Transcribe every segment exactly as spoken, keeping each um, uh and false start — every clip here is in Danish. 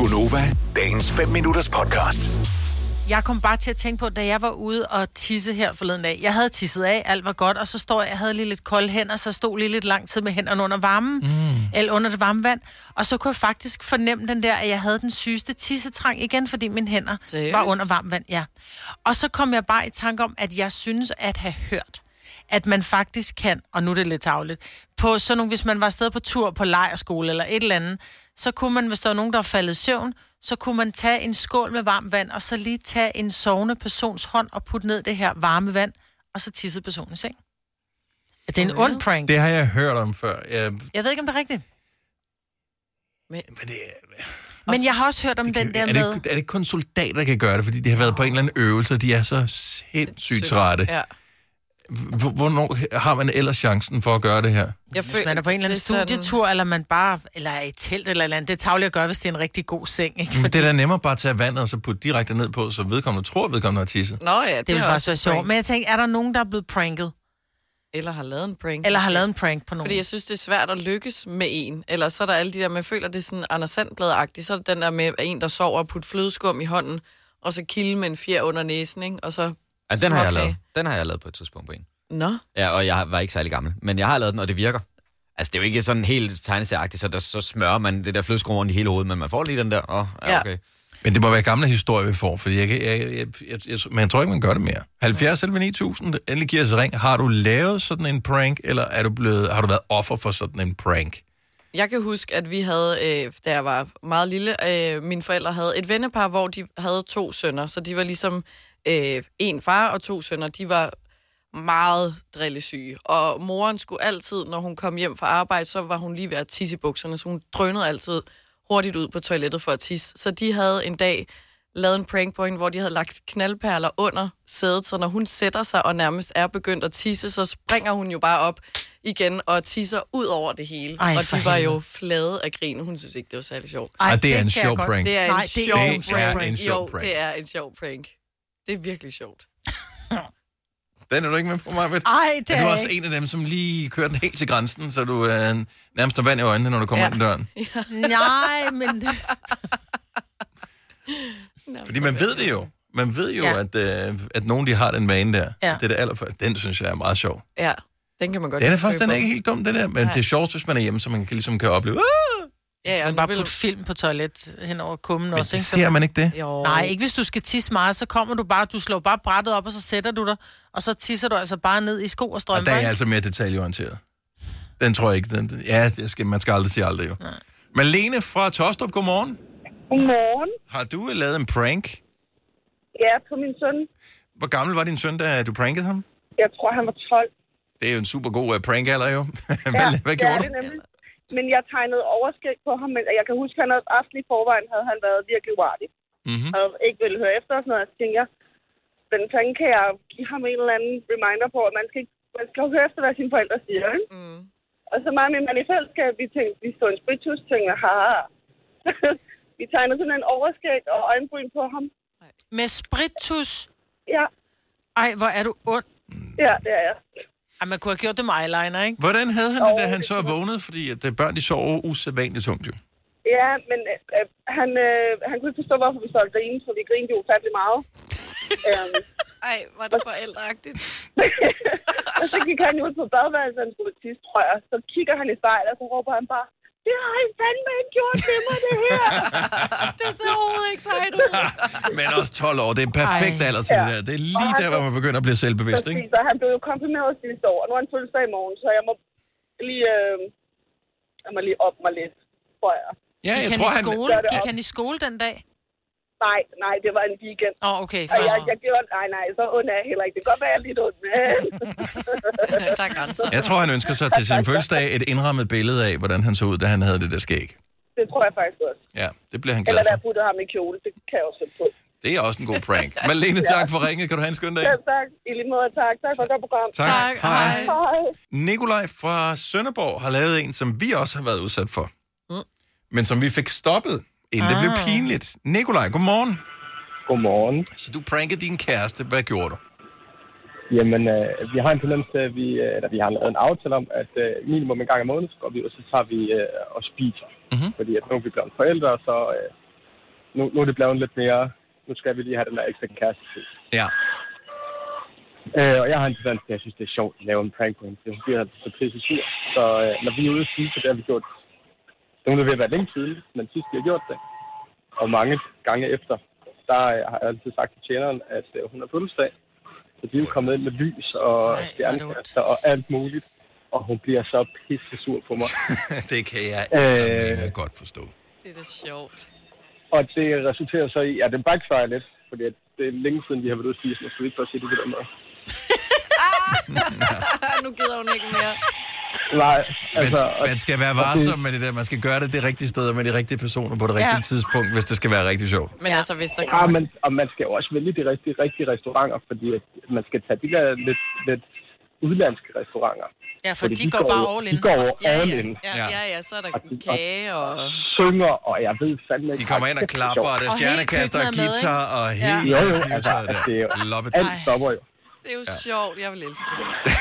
Gonova, dagens fem minutters podcast. Jeg kom bare til at tænke på, da jeg var ude og tisse her forleden dag. Jeg havde tisset af, alt var godt, og så står jeg, jeg havde lige lidt kolde hænder, så stod lige lidt lang tid med hænderne under varmen, mm. eller under det varme vand. Og så kunne jeg faktisk fornemme den der, at jeg havde den sygeste tissetrang igen, fordi mine hænder Seriøst? var under varmt vand. Ja. Og så kom jeg bare i tanke om, at jeg synes at have hørt, at man faktisk kan, og nu er det lidt tarveligt, på sådan nogle, hvis man var afsted på tur på lejrskole eller et eller andet, så kunne man, hvis der var nogen, der var faldet i søvn, så kunne man tage en skål med varmt vand, og så lige tage en sovende persons hånd og putte ned det her varme vand, og så tisse personen i seng. Er det en oh, ond prank? Det har jeg hørt om før. Jeg, jeg ved ikke, om det er rigtigt. Men, men, det, men jeg har også hørt om den der er med... Det, er det ikke kun soldater, der kan gøre det, fordi de har været oh. på en eller anden øvelse, og de er så sindssygt trætte. Ja. Hvornår har man ellers chancen for at gøre det her? Jeg hvis man er på en eller anden studietur, sådan... eller man bare eller er i telt eller andet. Det er tavligt at gøre, hvis det er en rigtig god seng. Ikke? Fordi... Men det er da nemmere bare at tage vandet og så putte direkte ned på, så vedkommende tror, vedkommende har tisset. Nå ja, det, det vil faktisk være sjovt. Men jeg tænker, er der nogen, der er blevet pranket? Eller har lavet en prank. Eller har lavet en prank på nogen. Fordi jeg synes, det er svært at lykkes med en. Eller så er der alle de der, man føler, det er sådan Anders Sandblad-agtigt. Så er det den der med en, der sover og putter flødeskum i hånden, og så kilde med en fjer under næsen, ikke? Og så... Ja, den har jeg lavet. Den har jeg lavet på et tidspunkt på en. Nå. Ja, og jeg var ikke særlig gammel. Men jeg har lavet den, og det virker. Altså, det er jo ikke sådan helt tegneserieagtigt, så der så smører man det der flødeskum rundt i hele hovedet, men man får lige den der, åh, oh, ja, okay. Ja. Men det må være gamle historier, vi får, for jeg, jeg, jeg, jeg, jeg, jeg, men jeg tror ikke, man gør det mere. halvfjerds eller ni tusind, endelig giver os ring. Har du lavet sådan en prank, eller er du blevet, har du været offer for sådan en prank? Jeg kan huske, at vi havde, øh, da jeg var meget lille, øh, mine forældre havde et vennepar, hvor de havde to sønner, så de var ligesom øh, en far og to sønner. De var meget drillesyge, og moren skulle altid, når hun kom hjem fra arbejde, så var hun lige ved at tisse i bukserne, så hun drønede altid hurtigt ud på toilettet for at tisse. Så de havde en dag lavet en prank på hende, hvor de havde lagt knaldperler under sædet, så når hun sætter sig og nærmest er begyndt at tisse, så springer hun jo bare op igen og tisser ud over det hele. Ej, og de var jo flade af grin. Hun synes ikke, det var særlig sjovt. Ej, det, det er en sjov prank. Det er en Nej, sjov det prank. er en sjov prank. Jo, det er en sjov prank. Det er virkelig sjovt. Den er du ikke med på mig, Britt? Ej, det er, er du også en af dem, som lige kører den helt til grænsen, så du er øh, nærmest har vand i øjnene, når du kommer ja. ind ad døren? Ja. Nej, men... Fordi man ved det jo. Man ved jo, ja. at, øh, at nogen de har den vane der. Ja. Det er det allerførste. Den synes jeg er meget sjov. Ja, den kan man godt Den er faktisk den er ikke helt dum, det der. Men Nej. det er sjovt, hvis man er hjemme, så man kan, ligesom kan opleve... Aah! Ja, ja, og bare putte film på toilet hen over kummen men også, ikke? ser man ikke det? Jo. Nej, ikke hvis du skal tisse meget, så kommer du bare, du slår bare brættet op, og så sætter du dig, og så tisser du altså bare ned i sko og strømper. Og der er jeg altså mere detaljeorienteret. Den tror jeg ikke. Den, ja, det skal, man skal aldrig sige aldrig jo. Nej. Malene fra Tostrup, godmorgen. Godmorgen. Har du lavet en prank? Ja, på min søn. Hvor gammel var din søn, da du prankede ham? Jeg tror, han var tolv. Det er jo en super god uh, prank-alder jo. hvad, ja, hvad gjorde det du? Nemlig. Men jeg tegnede overskæg på ham, men jeg kan huske, at han havde aften i forvejen, havde han været virkelig uartig. Mm-hmm. Og ikke ville høre efter og sådan noget. Så tænkte jeg, den fanden kan jeg give ham en eller anden reminder på, at man skal, man skal høre efter, hvad sine forældre siger. Mm. Og så meget med man i fællesskab, vi tænkte, vi stod en spritus, tænkte jeg, haha. Vi tegnede sådan en overskæg og øjenbryn på ham. Med spritus? Ja. Ej, hvor er du ond. Ja, det er jeg. Ej, man kunne have gjort det med eyeliner, ikke? Hvordan havde han det, da han så vågnede? Fordi at børn, de sover usædvanligt tungt, jo. Ja, men øh, han, øh, han kunne ikke forstå, hvorfor vi så grine, så vi grinede jo ufattelig meget. um, Ej, var det forældreagtigt? Og så gik han ud på badeværelset, han skulle tisse, tror jeg. Så kigger han i spejlet, og så råber han bare, det har I fandme ikke gjort til mig, det her. Det ser overhovedet ikke sejt ud. Men også tolv år, det er perfekt alder til ja. det der. Det er lige der, hvor man begynder at blive selvbevidst, præcis, ikke? Så han blev jo konfirmeret sidste år, og nu er han fødselsdag i morgen, så jeg må lige, øh, jeg må lige op mig lidt, tror jeg. Ja, jeg kan tror, i skole? han... Gik han i skole den dag? Nej, nej, det var en weekend. Åh, oh, okay. Og jeg, jeg gjorde, nej, nej, så ond er jeg heller ikke. Det kan godt være, jeg er lidt ond, men... Der er grænser. Jeg tror, han ønsker sig til sin fødselsdag et indrammet billede af, hvordan han så ud, da han havde det der skæg. Det tror jeg faktisk også. Ja, det bliver han glad Eller for. der putter ham i kjole, det kan jeg også sætte på. Det er også en god prank. Malene, tak for ringet. Kan du have en skøn dag? Ja, tak. I lige måde, tak. Tak for et godt program. Tak. tak. Hej. Hej. Nikolaj fra Sønderborg har lavet en, som vi også har været udsat for. Mm. Men som vi fik stoppet, inden ah. det blev pinligt. Nikolaj, godmorgen. Godmorgen. Så du prankede din kæreste. Hvad gjorde du? Jamen, øh, vi har en tendens til, at vi, øh, vi har lavet en aftale om, at øh, minimum en gang i måneden, så går vi, og så tager vi øh, og spiser. Mm-hmm. Fordi at nu er vi blevet forældre, så, øh, nu, nu er det blevet lidt mere, nu skal vi lige have den der ekstra kæreste. Ja. Øh, og jeg har en tendens til, at jeg synes, det er sjovt at lave en prank på hende. Hun bliver så pisse sur. Så øh, når vi er ude at sige, så det har vi gjort. Nu er det ved at være længe siden, men sidst vi har gjort det. Og mange gange efter, der har jeg altid sagt til tjeneren, at øh, hun har fødselsdag. Så de er kommet ind med lys og stjernekaster og alt muligt. Og hun bliver så pisse sur på mig. Det kan jeg øh, godt forstå. Det er da sjovt. Og det resulterer så i, at det backfire lidt. Fordi det er længe siden, vi har været ude at spise, og så vi ikke bare sige det på den måde. Nu gider hun ikke mere. Nej, altså... Man, man skal være varsom med det der. Man skal gøre det det rigtige sted og med de rigtige personer på det rigtige ja. tidspunkt, hvis det skal være rigtig sjovt. Men altså, hvis der kommer... Ja, men, og man skal jo også vælge de rigtige, rigtige restauranter, fordi at man skal tage de der lidt, lidt udlandske restauranter. Ja, for de, de går, går bare all in. De går ja, all ja. in. Ja, ja, ja, så er der og, kage og... og... synger, og jeg ved fandme ikke... De kommer ind og klapper, og der er stjernekaster og guitar, og helt... Jo, jo, altså, altså, det er jo... Love it. Alt stopper jo. Det er jo ja. sjovt, jeg vil elske det.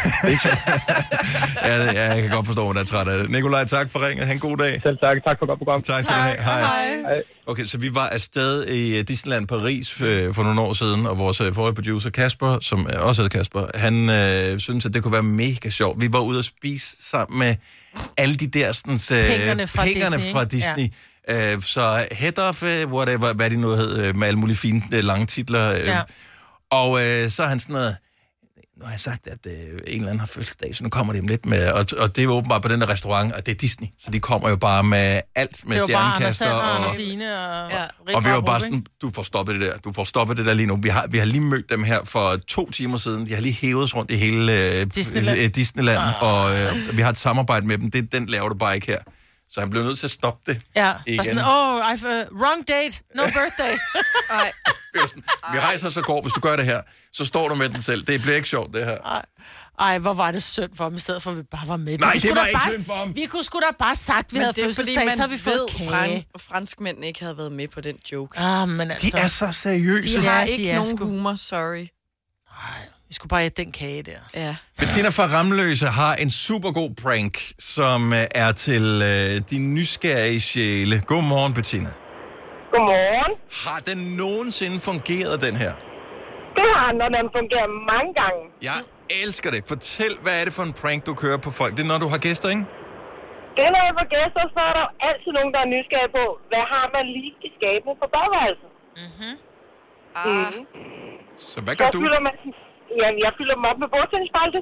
ja, ja, jeg kan godt forstå, at jeg er træt af det. Nikolaj, tak for ringet. Ha' en god dag. Selv tak. Tak for godt program. Tak skal du have. Hej. Hej. Okay, så vi var afsted i Disneyland Paris øh, for nogle år siden, og vores øh, forrige producer Kasper, som er også hedder Kasper, han øh, synes, at det kunne være mega sjovt. Vi var ude at spise sammen med alle de der sådan, øh, pengerne fra pengerne Disney. Fra Disney. Ja. Øh, så head of, whatever, hvad de nu hed, med alle mulige fine lange titler. Øh. Ja. Og øh, så er han sådan noget... Nu har jeg sagt, at øh, en eller anden har fødselsdag, så nu kommer de dem lidt med, og, og det er åbenbart på den der restaurant, og det er Disney, så de kommer jo bare med alt med stjernekaster. Og, og, og, ja. og vi var bare sådan, du får stoppet det der, du får stoppet det der lige nu. Vi har, vi har lige mødt dem her for to timer siden, de har lige hævet rundt i hele øh, Disneyland, Disneyland ah. og øh, vi har et samarbejde med dem, det, den laver du bare ikke her. Så han blev nødt til at stoppe det. Ja, igen. Sådan, oh, I've, uh, wrong date, no birthday. Ej. Vi rejser så går, hvis du gør det her, så står du med den selv. Det bliver ikke sjovt, det her. Ej, Ej hvor var det synd for ham, i stedet for, at vi bare var med. Nej, det var ikke bare, synd for ham. Vi kunne sgu da bare sagt, vi men havde fødselsdag, så havde vi fået kage. Og franskmændene ikke havde været med på den joke. Ah, men altså, de er så seriøse. De har ja, ikke de nogen sgu... humor, sorry. Nej, vi skulle bare æde den kage der. Ja. Bettina fra Ramløse har en super god prank, som er til øh, de nysgerrige sjæle. Godmorgen, Bettina. Godmorgen. Har den nogensinde fungeret, den her? Det har den, og den fungerer mange gange. Jeg elsker det. Fortæl, hvad er det for en prank, du kører på folk? Det er, når du har gæster, ikke? Det er, når jeg får gæster, så er der altid nogen, der er nysgerrige på, hvad har man lige i skabene på badeværelset? Mhm. Ah. Mm-hmm. Så hvad gør så du? Fylder man, jamen, jeg fylder dem op med bordtændingspalte.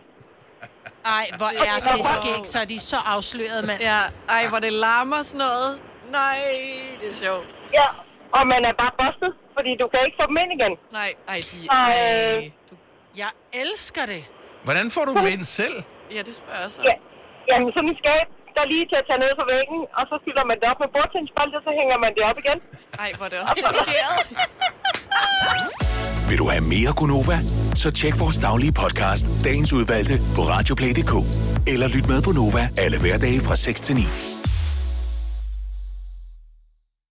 Ej, hvor er det skæg, så er de så afsløret, mand. Ja, ej, hvor det larmer sådan noget. Nej, det er sjovt. Ja, og man er bare bustet, fordi du kan ikke få dem ind igen. Nej, ej, de... Ej. Du... Jeg elsker det. Hvordan får du dem ind selv? Ja, det spørger jeg så. Ja, jamen sådan en skab, der er lige til at tage ned fra væggen, og så fylder man det op med bordtændingspalte, og så hænger man det op igen. Ej, hvor er det også delikeret. Vil du have mere Gunova? Så tjek vores daglige podcast, dagens udvalgte, på radioplay punktum d k. Eller lyt med på Nova alle hverdage fra seks til ni.